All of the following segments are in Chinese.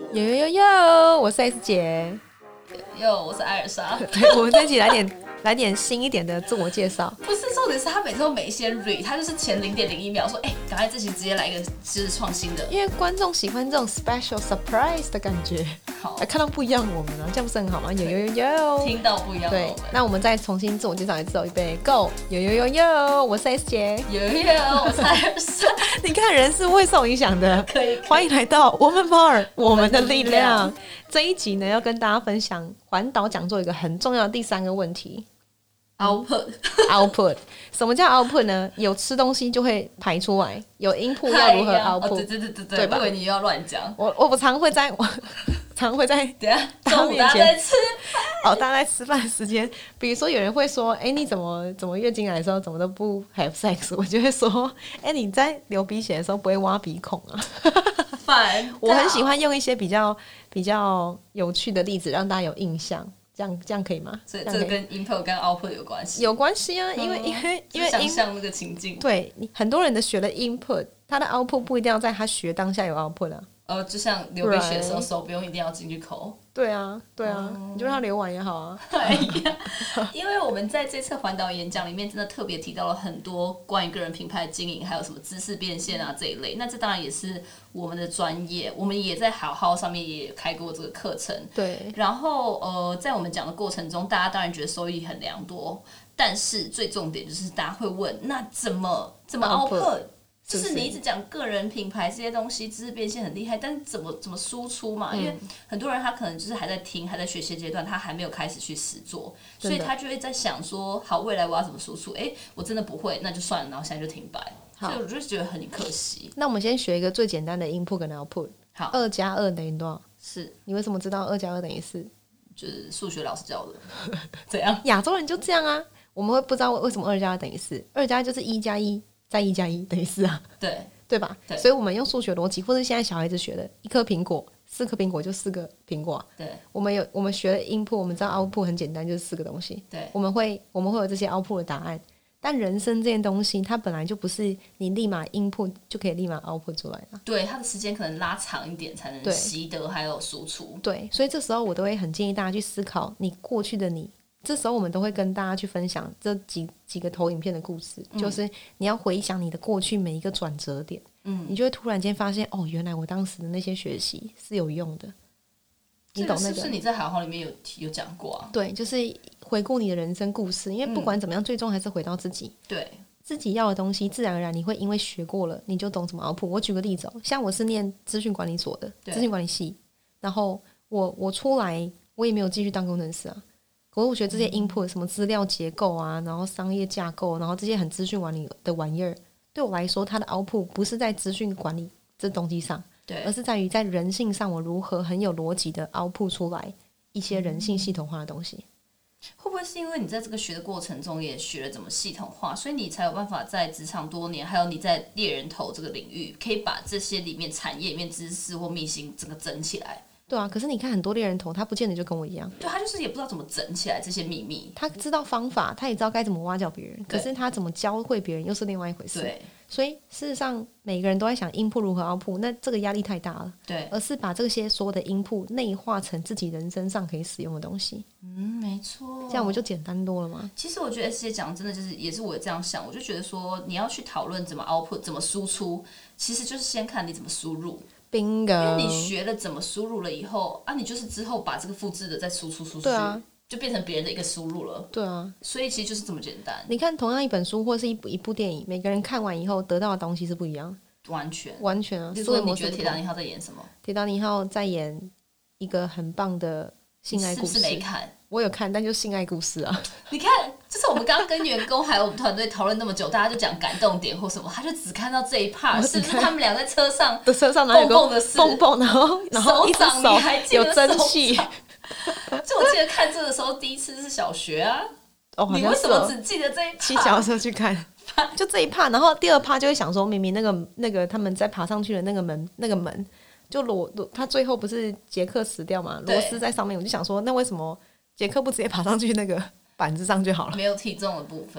呦呦呦呦，我是 S 姐。 哟，我是艾尔莎。 对，我们这一集来点新一点的自我介绍。 不是，重点是他每次都没先 read， 他就是前0.01秒说，赶快这期直接来一个就是创新的， 因为观众喜欢这种 special surprise 的感觉， 好， 看到不一样我们啊，这样不是很好吗？呦呦呦呦， 听到不一样的我们。 对，那我们再重新自我介绍一次，预备 ，Go！ 呦呦呦呦，我是 S 姐。 呦呦呦，我是艾尔莎。 你看人是会受影响的， 可以。 欢迎来到 Woman Power 我们的力量。这一集呢，要跟大家分享环岛讲座一个很重要的第3个问题。output 什么叫 output 呢？有吃东西就会排出来，有 input 要如何 output？ 对吧？我以为你又要乱讲。 我常会在等下中午大家在吃大家在吃饭时间，比如说有人会说，你怎么月经来的时候怎么都不 have sex？ 我就会说，你在流鼻血的时候不会挖鼻孔啊？ 烦， 我很喜欢用一些比较有趣的例子，让大家有印象。这样可以吗？ 所以这个跟 input 跟 output 有关系？ 有关系啊，因为想象那个情境。 对，很多人的学了 input， 他的 output 不一定要在他学当下有 output 啊。 就像流鼻血的时候，手不用一定要进去抠。 对啊，你就让他流完也好啊。 因为我们在这次环岛演讲里面，真的特别提到了很多关于个人品牌经营，还有什么知识变现啊这一类。那这当然也是我们的专业，我们也在好好上面也开过这个课程。 对。 然后在我们讲的过程中，大家当然觉得收益很良多，但是最重点就是大家会问，那怎么 output？就是你一直讲个人品牌这些东西，知识变现很厉害，但是怎么输出嘛？因为很多人他可能就是还在听，还在学习阶段，他还没有开始去实做，所以他就会在想说，好，未来我要怎么输出？我真的不会，那就算了，然后现在就停摆。所以我就觉得很可惜。 那我们先学一个最简单的 input 跟 output。 好 ，2+2等于多少？ 是。 你为什么知道2+2等于4？ 就是数学老师教的。怎样？ 亚洲人就这样啊，我们会不知道为什么2+2等于4，2+就是1+1。再1+1等于4啊，对吧？对，所以我们用数学逻辑，或者现在小孩子学的，1颗苹果，4颗苹果就4个苹果。 对， 我们学的 input， 我们知道 output 很简单，就是4个东西。 对， 我们会有这些 output 的答案。但人生这件东西，它本来就不是你立马 input 就可以立马 output 出来的。 对，它的时间可能拉长一点才能习得，还有输出。 对，所以这时候我都会很建议大家去思考，你过去的你。这时候我们都会跟大家去分享这几个投影片的故事，就是你要回想你的过去每一个转折点，你就会突然间发现，原来我当时的那些学习是有用的。你懂那个？ 是不是你在好好里面有讲过啊？ 对，就是回顾你的人生故事，因为不管怎么样，最终还是回到自己。 对， 自己要的东西，自然而然你会因为学过了，你就懂怎么 output。我举个例子像我是念资讯管理所的，资讯管理系，然后我出来，我也没有继续当工程师啊。可是我觉得这些 input 什么资料结构啊，然后商业架构，然后这些很资讯管理的玩意儿，对我来说，它的 output 不是在资讯管理这东西上， 对， 而是在于在人性上，我如何很有逻辑的 output 出来一些人性系统化的东西。 会不会是因为你在这个学的过程中也学了怎么系统化，所以你才有办法在职场多年，还有你在猎人头这个领域，可以把这些里面产业里面知识或秘辛整个整起来？ 对啊，可是你看很多猎人头，他不见得就跟我一样。 对，他就是也不知道怎么整起来这些秘密。 他知道方法，他也知道该怎么挖角别人，可是他怎么教会别人又是另外一回事。 对， 所以事实上每个人都在想 input 如何 output， 那这个压力太大了。 对， 而是把这些所有的 input 内化成自己人生上可以使用的东西。 没错。 这样我就简单多了吗？ 其实我觉得 S 姐讲真的就是也是我这样想，我就觉得说你要去讨论怎么 output 怎么输出，其实就是先看你怎么输入。 Bingo， 因为你学了怎么输入了以后啊，你就是之后把这个复制的再输出出去，就变成别人的一个输入了。 对啊， 所以其实就是这么简单。 你看，同样一本书或是一部电影，每个人看完以后得到的东西是不一样。 完全啊！ 比如说，你觉得铁达尼号在演什么？ 铁达尼号在演一个很棒的性爱故事。 是不是没看？ 我有看，但就性爱故事啊。 你看，就是我们刚刚跟员工还有我们团队讨论那么久，大家就讲感动点或什么，他就只看到这一 part， 是不是他们俩在车上哪有个蹦蹦，然后一只手你还记得有蒸汽？ 就我记得看这的时候，第一次是小学啊。你为什么只记得这一 part？ 骑脚车去看，就这一 part， 然后第2 part 就会想说，明明那个他们在爬上去的那个门，就他最后不是杰克死掉嘛，螺丝在上面，我就想说，那为什么杰克不直接爬上去那个板子上就好了？ 没有体重的部分。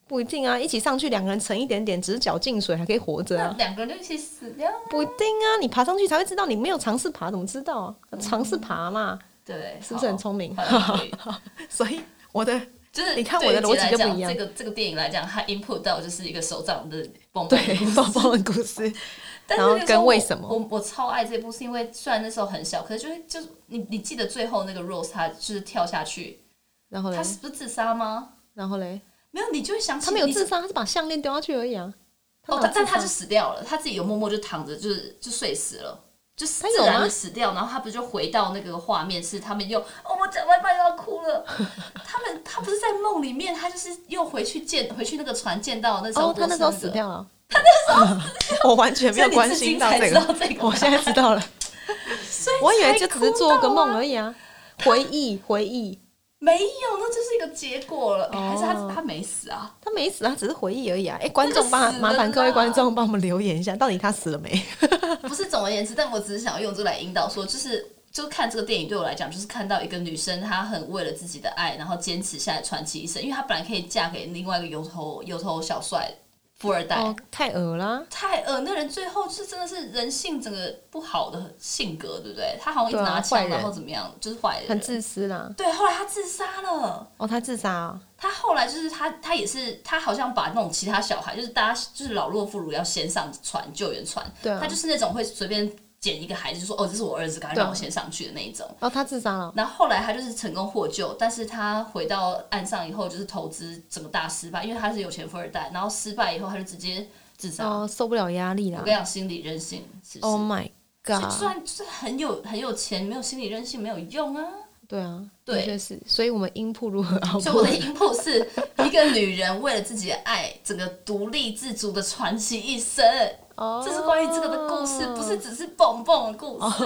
不一定啊，一起上去两个人沉一点点，只是脚进水还可以活着啊。 两个人就一起死掉啊？ 不一定啊，你爬上去才会知道，你没有尝试爬怎么知道啊？尝试爬嘛， 对， 是不是很聪明？所以我的就是你看我的逻辑就不一样。 这个电影来讲，它 input 到就是一个手掌的蹦蹦对蹦蹦的故事，然后跟为什么我超爱这部，是因为虽然那时候很小，可是就是你记得最后那个 Rose 他就是跳下去， 然后嘞， 他是不是自杀吗？ 然后嘞， 没有，你就会想起他没有自杀，他是把项链丢下去而已啊。 但他就死掉了，他自己有默默就躺着，就睡死了。就自然的死掉，然后他不就回到那个画面，是他们又我讲外卖要哭了。他不是在梦里面，他就是又回去那个船见到那时候、 他那时候死掉了。他那时候死掉我完全没有关心到这个，我现在知道了。我以为就只是做个梦而已啊，回忆。 没有，那就是一个结果了。还是他没死啊？ 他没死，他只是回忆而已啊！观众麻烦各位观众帮我们留言一下，到底他死了没？ 不是，总而言之，但我只是想要用这个来引导说，就看这个电影对我来讲，就是看到一个女生，她很为了自己的爱，然后坚持下来传奇一生。因为她本来可以嫁给另外一个油头小帅富二代， 太恶啦！ 太恶，那人最后是真的是人性整个不好的性格，对不对？他好像一直拿枪，然后怎么样，就是坏人， 很自私啦。 对，后来他自杀了。 他自杀啊！ 他后来就是他也是他好像把那种其他小孩，就是大家就是老弱妇孺要先上船救援船，他就是那种会随便捡一个孩子就说这是我儿子，赶快让我先上去的那一种。 他自杀了。 然后后来他就是成功获救，但是他回到岸上以后，就是投资整个大失败，因为他是有钱富二代，然后失败以后他就直接自杀。 受不了压力啦。 我跟你讲，心理韧性。 Oh my god！ 虽然就是很有钱，没有心理韧性没有用啊。 对啊，的确是。所以我们input如何？ 所以我的input是一个女人为了自己的爱，整个独立自主的传奇一生。这是关于这个的故事，不是只是蹦蹦的故事。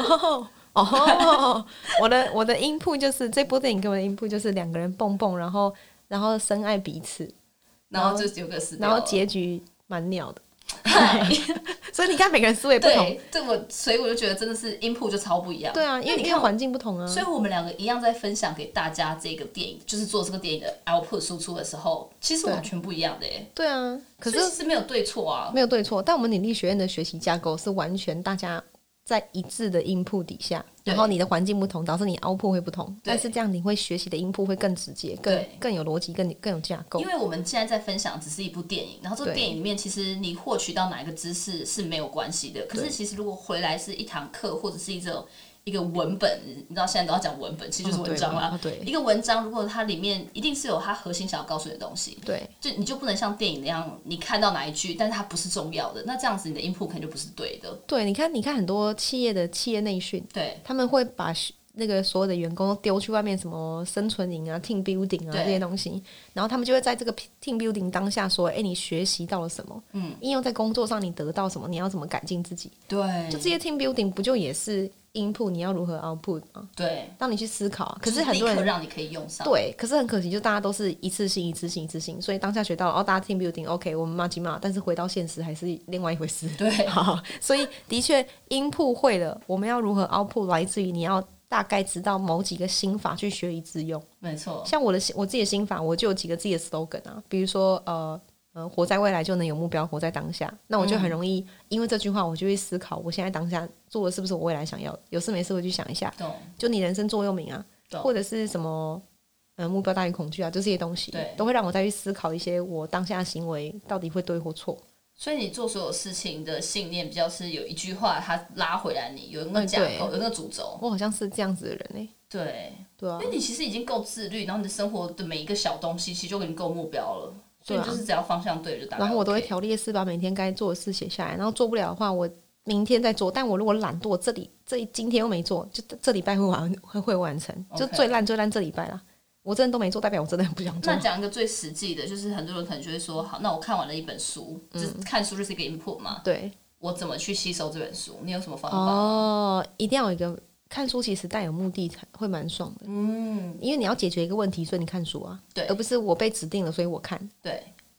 我的input就是这部电影给我的input就是两个人蹦蹦，然后深爱彼此， 然后就有个死掉了， 然后结局蛮鸟的。所以你看每个人思维不同， 所以我就觉得真的是 input 就超不一样。 对啊，因为环境不同啊。 所以我们两个一样在分享给大家这个电影，就是做这个电影的 output 输出的时候，其实完全不一样的耶。 对啊，可是其实没有对错啊， 没有对错。但我们女力学院的学习架构是完全大家在一致的input底下，然后你的环境不同，导致你 output 会不同。但是这样你会学习的input会更直接，更有逻辑，更有架构。 因为我们现在在分享只是一部电影，然后这个电影里面其实你获取到哪一个知识是没有关系的。可是其实如果回来是一堂课或者是一个文本，你知道现在都要讲文本，其实就是文章啦。一个文章如果它里面一定是有它核心想要告诉你的东西，就你就不能像电影那样，你看到哪一句，但是它不是重要的，那这样子你的 input 可能就不是对的。 对，你看很多企业的企业内训，他们会把那个所有的员工都丢去外面什么生存营啊、team building 啊这些东西，然后他们就会在这个 team building 当下说：“你学习到了什么？应用在工作上你得到什么？你要怎么改进自己？” 对， 就这些 team building 不就也是 input 你要如何 output 吗？ 对， 让你去思考。可是很多人让你可以用上。 对，可是很可惜，就大家都是一次性，所以当下学到了大家 team building OK， 我们骂几骂，但是回到现实还是另外一回事。 对， 好，所以的确 input 会了，我们要如何 output 来自于你要大概知道某几个心法去学以致用。 没错， 像我自己的心法，我就有几个自己的 slogan 啊，比如说活在未来就能有目标，活在当下。那我就很容易因为这句话，我就会思考，我现在当下做的是不是我未来想要的？有事没事会去想一下，就你人生座右铭啊，或者是什么目标大于恐惧啊，就这些东西，都会让我再去思考一些我当下的行为到底会对或错。 所以你做所有事情的信念比较是有一句话，它拉回来你有一个架构，有一个主轴。 我好像是这样子的人欸。 对啊，因为你其实已经够自律，然后你的生活的每一个小东西其实就已经够目标了。所以就是只要方向对了就大概 OK。然后我都会条列式把每天该做的事写下来，然后做不了的话我明天再做。但我如果懒惰，今天又没做，就这礼拜会完成，就最烂这礼拜啦。我真的都没做，代表我真的很不想做。 那讲一个最实际的，就是很多人可能就会说，好，那我看完了一本书，看书就是一个 input 嘛。 对， 我怎么去吸收这本书？你有什么方法？ 一定要有一个看书，其实带有目的才会蛮爽的。因为你要解决一个问题，所以你看书啊，而不是我被指定了，所以我看。 对，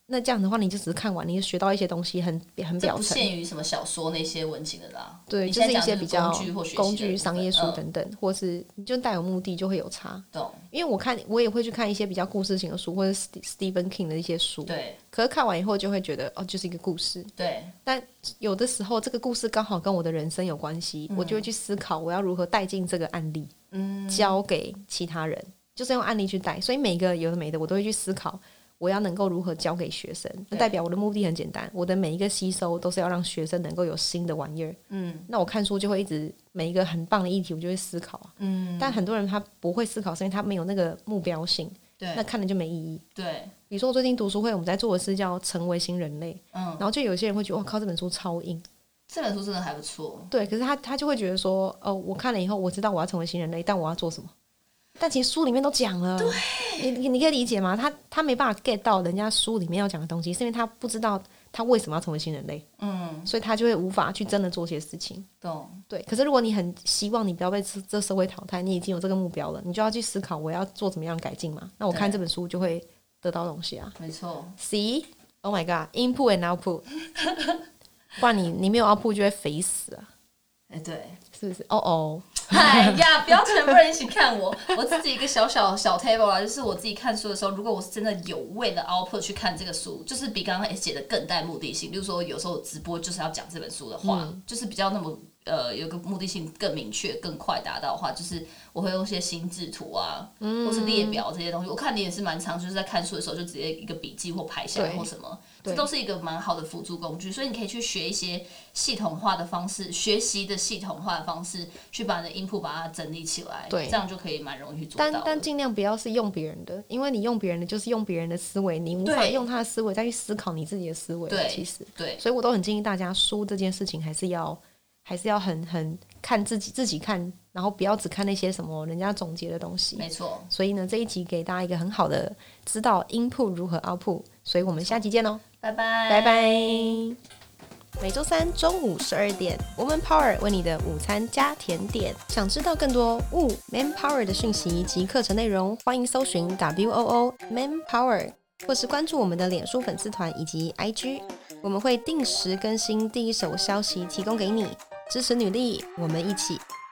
那这样的话，你就只是看完，你就学到一些东西很表层， 不限于什么小说那些文情的啦。 对，就是一些比较工具、 商业书等等，或是你就带有目的就会有差。 懂？ 因为我也会去看一些比较故事型的书，或者 Stephen King 的一些书。 对。 可是看完以后就会觉得就是一个故事。 对。 但有的时候这个故事刚好跟我的人生有关系，我就会去思考我要如何带进这个案例，交给其他人，就是用案例去带。所以每个有的没的，我都会去思考。我要能够如何教给学生，那代表我的目的很简单，我的每一个吸收都是要让学生能够有新的玩意儿。那我看书就会一直每一个很棒的议题我就会思考但很多人他不会思考是因为他没有那个目标性，那看了就没意义。 对， 比如说我最近读书会我们在做的是叫成为新人类，然后就有些人会觉得哇靠这本书超硬， 这本书真的还不错。 对，可是他就会觉得说我看了以后我知道我要成为新人类，但我要做什么？但其实书里面都讲了，你可以理解吗？他没办法 get 到人家书里面要讲的东西，是因为他不知道他为什么要成为新人类，所以他就会无法去真的做些事情。 懂？对。 可是如果你很希望你不要被这社会淘汰，你已经有这个目标了，你就要去思考我要做怎么样的改进嘛。那我看这本书就会得到东西啊。 没错。 See, oh my god, input and output 不然你没有 output 就会肥死啊。 对， 是不是？哦。 哎呀，不要全部人一起看我自己一个小 table 啦，就是我自己看书的时候，如果我是真的有为了 output 去看这个书，就是比刚刚 S 姐的更带目的性。例如说，有时候直播就是要讲这本书的话，就是比较那么有个目的性更明确、更快达到的话，就是我会用一些心智图啊，或是列表这些东西。我看你也是蛮常，就是在看书的时候就直接一个笔记或排下来或什么，这都是一个蛮好的辅助工具。所以你可以去学一些系统化的方式，学习的系统化的方式，去把你的 input 把它整理起来，这样就可以蛮容易去做到的。 但尽量不要是用别人的，因为你用别人的就是用别人的思维，你无法用他的思维再去思考你自己的思维。其实对，所以我都很建议大家，书这件事情还是要很看自己看，然后不要只看那些什么人家总结的东西。 没错。 所以呢，这一集给大家一个很好的知道 input 如何 output。所以我们下集见咯， 拜拜， 拜拜。每周三中午12点 Woman Power 为你的午餐加甜点。想知道更多 Man Power 的讯息及课程内容，欢迎搜寻 WOO Man Power， 或是关注我们的脸书粉丝团以及 IG， 我们会定时更新第一手消息提供给你，支持女力，我们一起